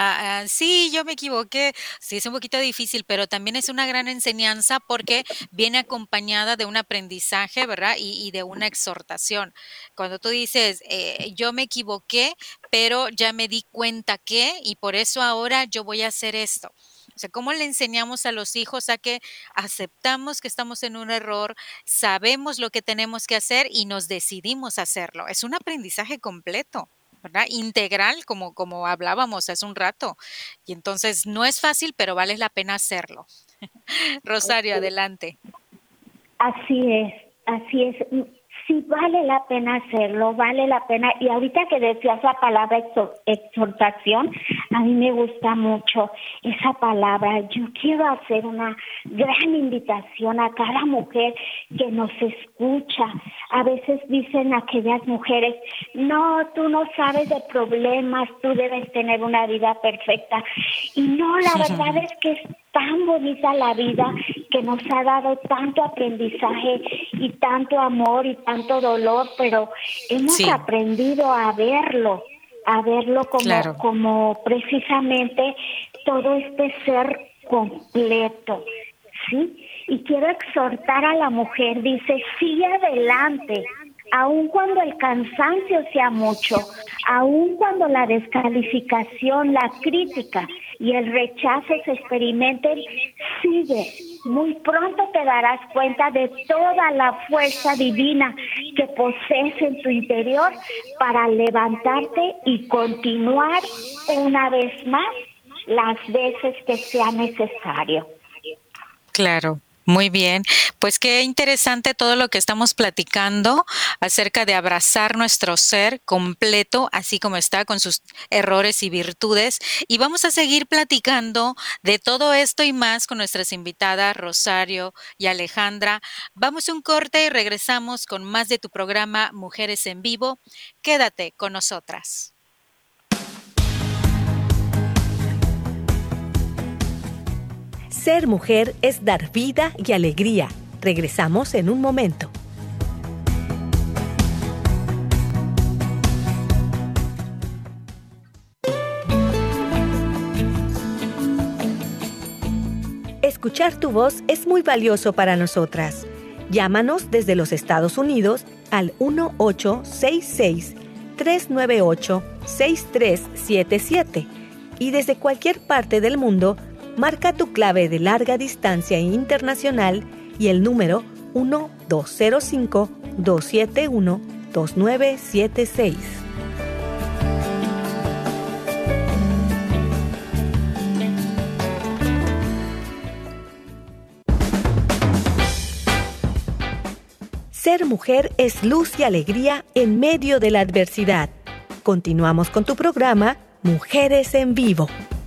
Sí, yo me equivoqué. Sí, es un poquito difícil, pero también es una gran enseñanza porque viene acompañada de un aprendizaje, ¿verdad? Y de una exhortación. Cuando tú dices, yo me equivoqué, pero ya me di cuenta que, y por eso ahora yo voy a hacer esto. O sea, ¿cómo le enseñamos a los hijos a que aceptamos que estamos en un error, sabemos lo que tenemos que hacer y nos decidimos hacerlo? Es un aprendizaje completo, ¿verdad? Integral, como hablábamos hace un rato. Y entonces no es fácil, pero vale la pena hacerlo. Rosario, adelante. Así es. así es. Sí, vale la pena hacerlo, vale la pena. Y ahorita que decías la palabra exhortación, a mí me gusta mucho esa palabra. Yo quiero hacer una gran invitación a cada mujer que nos escucha. A veces dicen aquellas mujeres, no, tú no sabes de problemas, tú debes tener una vida perfecta. Y no, la verdad es que es tan bonita la vida que nos ha dado tanto aprendizaje y tanto amor y tanto dolor, pero hemos aprendido a verlo como precisamente todo este ser completo, ¿sí? Y quiero exhortar a la mujer, dice, sigue adelante, aun cuando el cansancio sea mucho, aun cuando la descalificación, la crítica y el rechazo se experimenten, sigue. Muy pronto te darás cuenta de toda la fuerza divina que posees en tu interior para levantarte y continuar una vez más las veces que sea necesario. Claro. Muy bien, pues qué interesante todo lo que estamos platicando acerca de abrazar nuestro ser completo, así como está, con sus errores y virtudes. Y vamos a seguir platicando de todo esto y más con nuestras invitadas Rosario y Alejandra. Vamos a un corte y regresamos con más de tu programa Mujeres en Vivo. Quédate con nosotras. Ser mujer es dar vida y alegría. Regresamos en un momento. Escuchar tu voz es muy valioso para nosotras. Llámanos desde los Estados Unidos al 1866-398-6377 y desde cualquier parte del mundo, marca tu clave de larga distancia internacional y el número 1205-271-2976. Ser mujer es luz y alegría en medio de la adversidad. Continuamos con tu programa Mujeres en Vivo.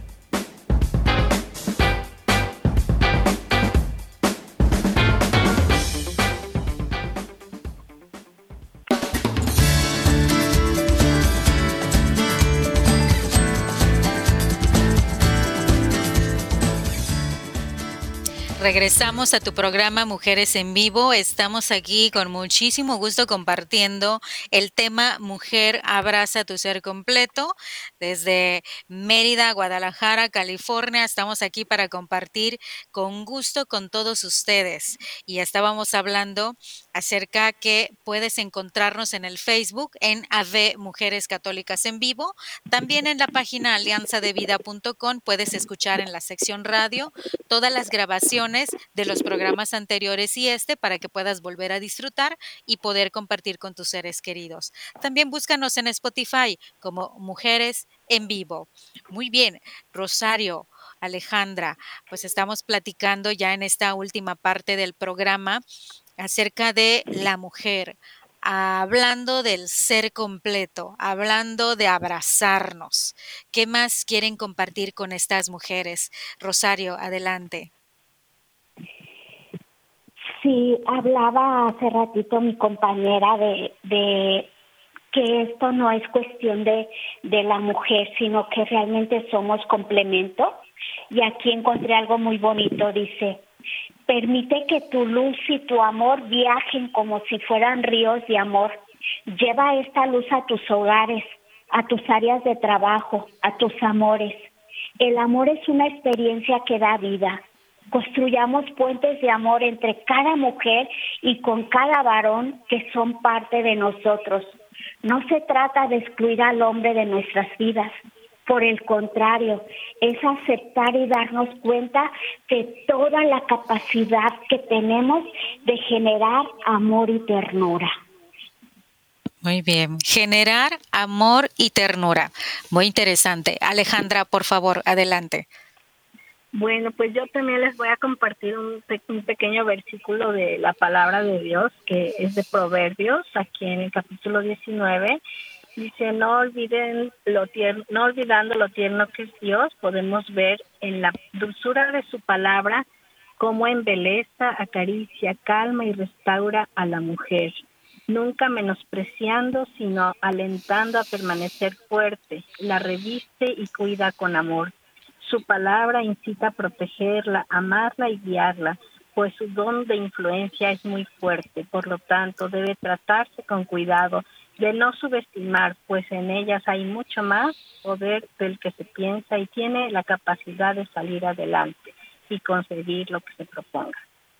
Regresamos a tu programa Mujeres en Vivo. Estamos aquí con muchísimo gusto compartiendo el tema Mujer abraza tu ser completo. Desde Mérida, Guadalajara, California, estamos aquí para compartir con gusto con todos ustedes. Y estábamos hablando acerca que puedes encontrarnos en el Facebook en AV Mujeres Católicas en Vivo. También en la página alianzadevida.com puedes escuchar en la sección radio todas las grabaciones de los programas anteriores y para que puedas volver a disfrutar y poder compartir con tus seres queridos. También búscanos en Spotify como Mujeres en Vivo. Muy bien, Rosario, Alejandra, pues estamos platicando ya en esta última parte del programa acerca de la mujer, hablando del ser completo, hablando de abrazarnos. ¿Qué más quieren compartir con estas mujeres? Rosario, adelante. Sí, hablaba hace ratito mi compañera de que esto no es cuestión de la mujer, sino que realmente somos complemento. Y aquí encontré algo muy bonito, dice, permite que tu luz y tu amor viajen como si fueran ríos de amor. Lleva esta luz a tus hogares, a tus áreas de trabajo, a tus amores. El amor es una experiencia que da vida. Construyamos puentes de amor entre cada mujer y con cada varón que son parte de nosotros. No se trata de excluir al hombre de nuestras vidas. Por el contrario, es aceptar y darnos cuenta de toda la capacidad que tenemos de generar amor y ternura. Muy bien, generar amor y ternura. Muy interesante. Alejandra, por favor, adelante. Bueno, pues yo también les voy a compartir un pequeño versículo de la palabra de Dios, que es de Proverbios, aquí en el capítulo 19. Dice, no olvidando lo tierno que es Dios, podemos ver en la dulzura de su palabra cómo embeleza, acaricia, calma y restaura a la mujer, nunca menospreciando, sino alentando a permanecer fuerte, la reviste y cuida con amor. Su palabra incita a protegerla, amarla y guiarla, pues su don de influencia es muy fuerte, por lo tanto debe tratarse con cuidado, de no subestimar, pues en ellas hay mucho más poder del que se piensa y tiene la capacidad de salir adelante y conseguir lo que se proponga.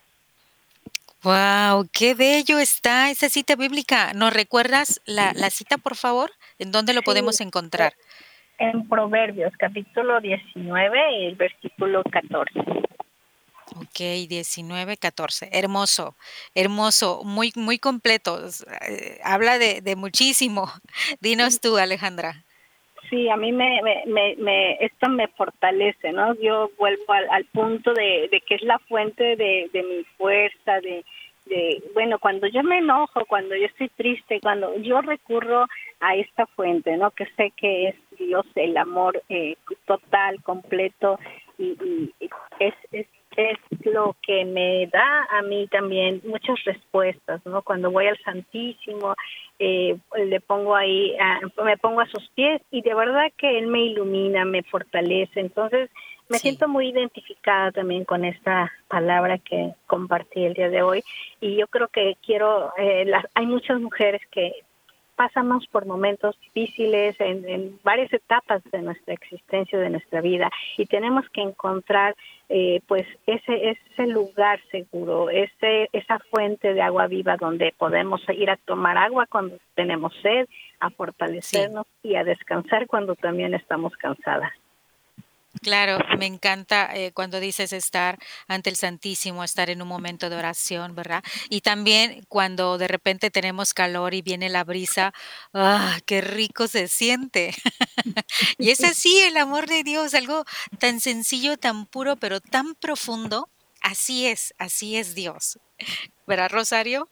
¡Wow! ¡Qué bello está esa cita bíblica! ¿Nos recuerdas la cita, por favor? ¿En dónde lo podemos encontrar? En Proverbios, capítulo 19, el versículo 14. Ok, 19, 14. Hermoso, hermoso, muy, muy completo. Habla de muchísimo. Dinos tú, Alejandra. Sí, a mí esto me fortalece, ¿no? Yo vuelvo al punto de que es la fuente de mi fuerza, bueno, cuando yo me enojo, cuando yo estoy triste, cuando yo recurro a esta fuente, ¿no? Que sé que es Dios, el amor total, completo, y es lo que me da a mí también muchas respuestas, ¿no? Cuando voy al Santísimo, le pongo ahí, me pongo a sus pies y de verdad que Él me ilumina, me fortalece. Entonces me siento muy identificada también con esta palabra que compartí el día de hoy, y yo creo que hay muchas mujeres que pasamos por momentos difíciles en varias etapas de nuestra existencia, de nuestra vida, y tenemos que encontrar pues ese lugar seguro, esa fuente de agua viva donde podemos ir a tomar agua cuando tenemos sed, a fortalecernos y a descansar cuando también estamos cansadas. Claro, me encanta cuando dices estar ante el Santísimo, estar en un momento de oración, ¿verdad? Y también cuando de repente tenemos calor y viene la brisa, ¡ah, qué rico se siente! Y es así el amor de Dios, algo tan sencillo, tan puro, pero tan profundo. Así es Dios. ¿Verdad, Rosario?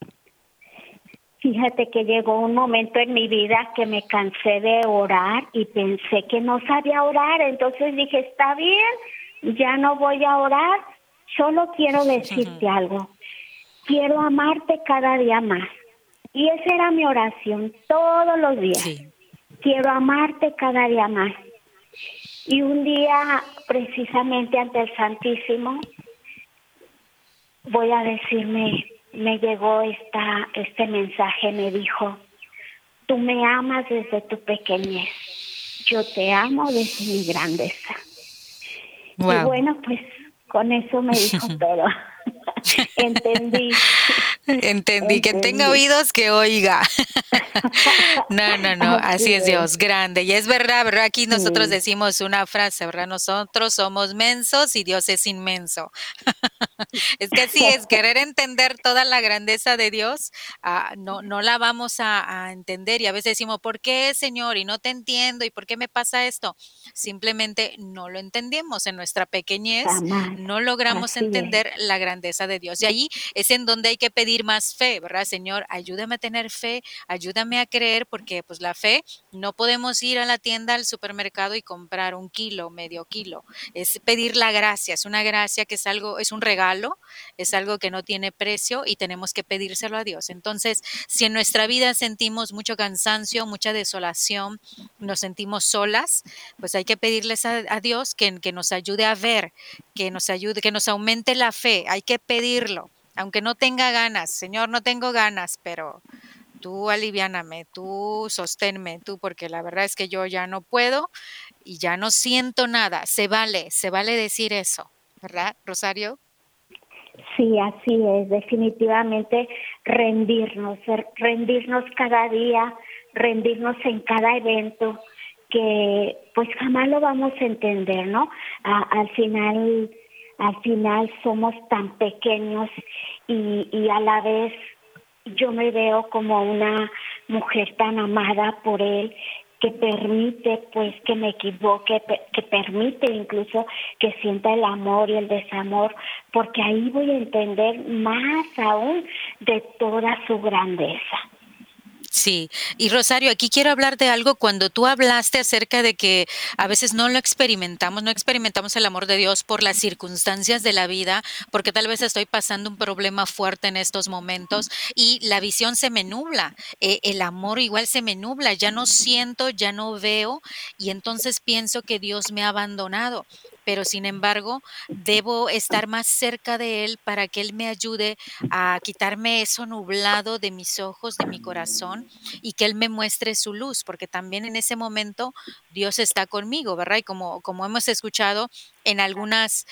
Fíjate que llegó un momento en mi vida que me cansé de orar y pensé que no sabía orar, entonces dije, está bien, ya no voy a orar, solo quiero decirte algo, quiero amarte cada día más. Y esa era mi oración todos los días, quiero amarte cada día más. Y un día, precisamente ante el Santísimo, voy a decirme, me llegó este mensaje, me dijo, tú me amas desde tu pequeñez, yo te amo desde mi grandeza. Wow. Y bueno, pues con eso me dijo todo. Entendí. Quien tenga oídos que oiga. No, así es Dios, grande. Y es verdad, aquí nosotros decimos una frase, ¿verdad? Nosotros somos mensos y Dios es inmenso. Es que así es, querer entender toda la grandeza de Dios, no la vamos a entender, y a veces decimos, ¿por qué, Señor? Y no te entiendo, ¿y por qué me pasa esto? Simplemente no lo entendemos en nuestra pequeñez, no logramos entender la grandeza de Dios. Y ahí es en donde hay que pedir más fe, ¿verdad? Señor, ayúdame a tener fe, ayúdame a creer, porque pues la fe, no podemos ir a la tienda, al supermercado y comprar 1 kilo, medio kilo. Es pedir la gracia, es una gracia que es un regalo, es algo que no tiene precio y tenemos que pedírselo a Dios. Entonces, si en nuestra vida sentimos mucho cansancio, mucha desolación, nos sentimos solas, pues hay que pedirles a Dios que nos ayude a ver, que nos ayude, que nos aumente la fe. Hay que pedirlo, aunque no tenga ganas. Señor, no tengo ganas, pero tú aliviáname, tú sosténme, tú, porque la verdad es que yo ya no puedo y ya no siento nada. Se vale decir eso, ¿verdad, Rosario? Sí, así es, definitivamente rendirnos cada día, rendirnos en cada evento, que pues jamás lo vamos a entender, ¿no? Al final somos tan pequeños y a la vez yo me veo como una mujer tan amada por Él, que permite pues que me equivoque, que permite incluso que sienta el amor y el desamor, porque ahí voy a entender más aún de toda su grandeza. Sí, y Rosario, aquí quiero hablar de algo cuando tú hablaste acerca de que a veces no experimentamos el amor de Dios por las circunstancias de la vida, porque tal vez estoy pasando un problema fuerte en estos momentos y la visión se me nubla, el amor igual se me nubla, ya no siento, ya no veo y entonces pienso que Dios me ha abandonado. Pero sin embargo, debo estar más cerca de Él para que Él me ayude a quitarme eso nublado de mis ojos, de mi corazón, y que Él me muestre su luz, porque también en ese momento Dios está conmigo, ¿verdad? Y como hemos escuchado en algunas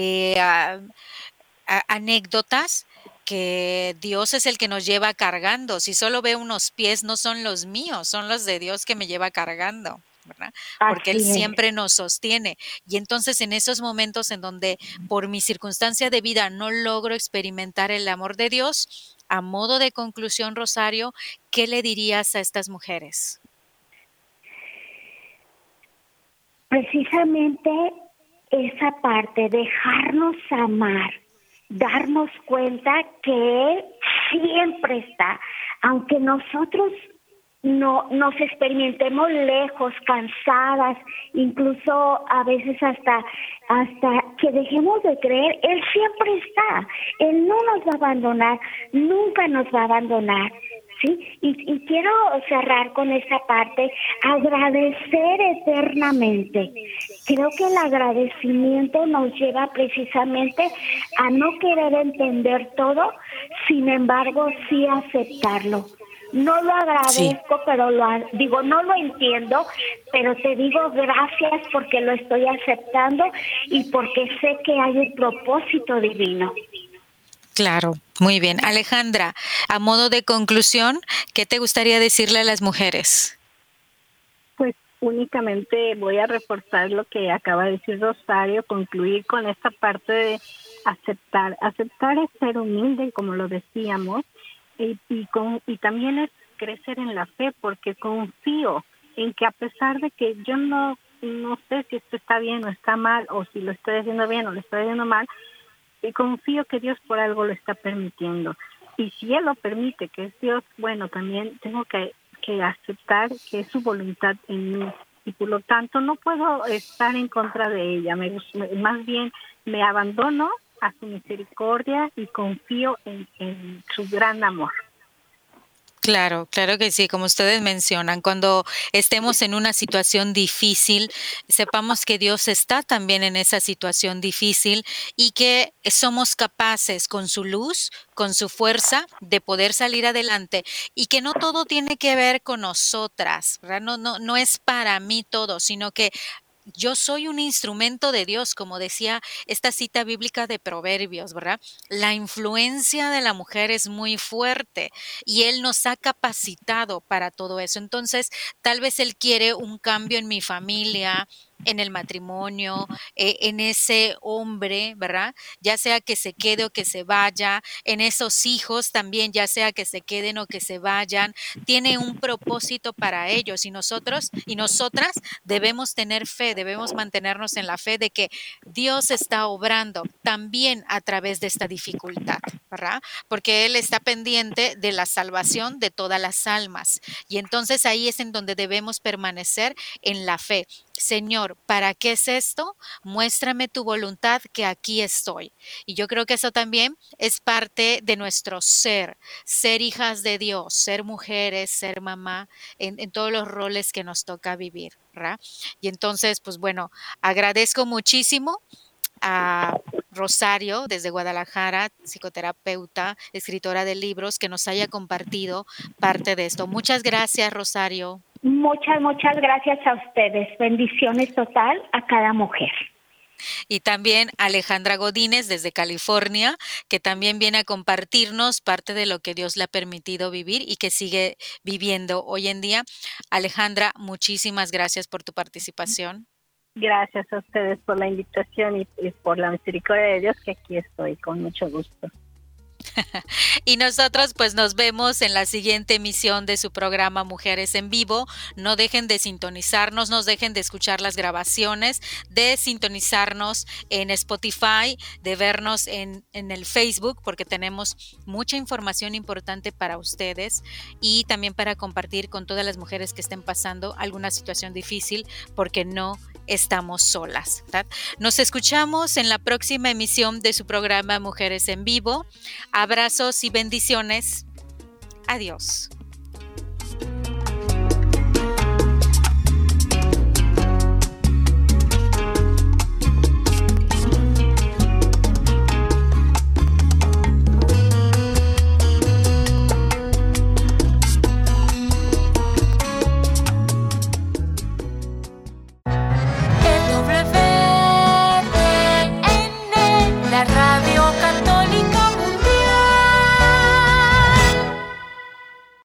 anécdotas, que Dios es el que nos lleva cargando. Si solo veo unos pies, no son los míos, son los de Dios que me lleva cargando, ¿verdad? Porque Él Así es. siempre nos sostiene. Y entonces en esos momentos en donde por mi circunstancia de vida no logro experimentar el amor de Dios, a modo de conclusión, Rosario, ¿qué le dirías a estas mujeres? Precisamente esa parte, dejarnos amar, darnos cuenta que Él siempre está, aunque nosotros no nos experimentemos lejos, cansadas, incluso a veces hasta que dejemos de creer, Él siempre está, Él no nos va a abandonar, nunca nos va a abandonar. Sí, y quiero cerrar con esa parte, agradecer eternamente. Creo que el agradecimiento nos lleva precisamente a no querer entender todo, sin embargo, sí aceptarlo. No lo agradezco, pero no lo entiendo, pero te digo gracias porque lo estoy aceptando y porque sé que hay un propósito divino. Claro, muy bien. Alejandra, a modo de conclusión, ¿qué te gustaría decirle a las mujeres? Pues únicamente voy a reforzar lo que acaba de decir Rosario, concluir con esta parte de aceptar. Aceptar es ser humilde, como lo decíamos, y también es crecer en la fe, porque confío en que a pesar de que yo no sé si esto está bien o está mal, o si lo estoy haciendo bien o lo estoy haciendo mal, y confío que Dios por algo lo está permitiendo. Y si Él lo permite, que es Dios, bueno, también tengo que aceptar que es su voluntad en mí. Y por lo tanto no puedo estar en contra de ella. Más bien me abandono a su misericordia y confío en su gran amor. Claro, claro que sí, como ustedes mencionan, cuando estemos en una situación difícil, sepamos que Dios está también en esa situación difícil y que somos capaces con su luz, con su fuerza, de poder salir adelante y que no todo tiene que ver con nosotras, ¿verdad? No es para mí todo, sino que yo soy un instrumento de Dios, como decía esta cita bíblica de Proverbios, ¿verdad? La influencia de la mujer es muy fuerte y Él nos ha capacitado para todo eso. Entonces, tal vez Él quiere un cambio en mi familia, en el matrimonio, en ese hombre, ¿verdad? Ya sea que se quede o que se vaya, en esos hijos también, ya sea que se queden o que se vayan, tiene un propósito para ellos y nosotros y nosotras debemos tener fe, debemos mantenernos en la fe de que Dios está obrando también a través de esta dificultad, ¿verdad? Porque Él está pendiente de la salvación de todas las almas y entonces ahí es en donde debemos permanecer en la fe. Señor, ¿para qué es esto? Muéstrame tu voluntad que aquí estoy. Y yo creo que eso también es parte de nuestro ser hijas de Dios, ser mujeres, ser mamá, en todos los roles que nos toca vivir, ¿verdad? Y entonces, pues bueno, agradezco muchísimo a Rosario desde Guadalajara, psicoterapeuta, escritora de libros, que nos haya compartido parte de esto. Muchas gracias, Rosario. Muchas gracias a ustedes. Bendiciones total a cada mujer. Y también Alejandra Godínez desde California, que también viene a compartirnos parte de lo que Dios le ha permitido vivir y que sigue viviendo hoy en día. Alejandra, muchísimas gracias por tu participación. Gracias a ustedes por la invitación y por la misericordia de Dios, que aquí estoy con mucho gusto. Y nosotros pues nos vemos en la siguiente emisión de su programa Mujeres en Vivo. No dejen de sintonizarnos, no dejen de escuchar las grabaciones, de sintonizarnos en Spotify, de vernos en el Facebook, porque tenemos mucha información importante para ustedes y también para compartir con todas las mujeres que estén pasando alguna situación difícil, porque no estamos solas, ¿verdad? Nos escuchamos en la próxima emisión de su programa Mujeres en Vivo. Abrazos y bendiciones. Adiós.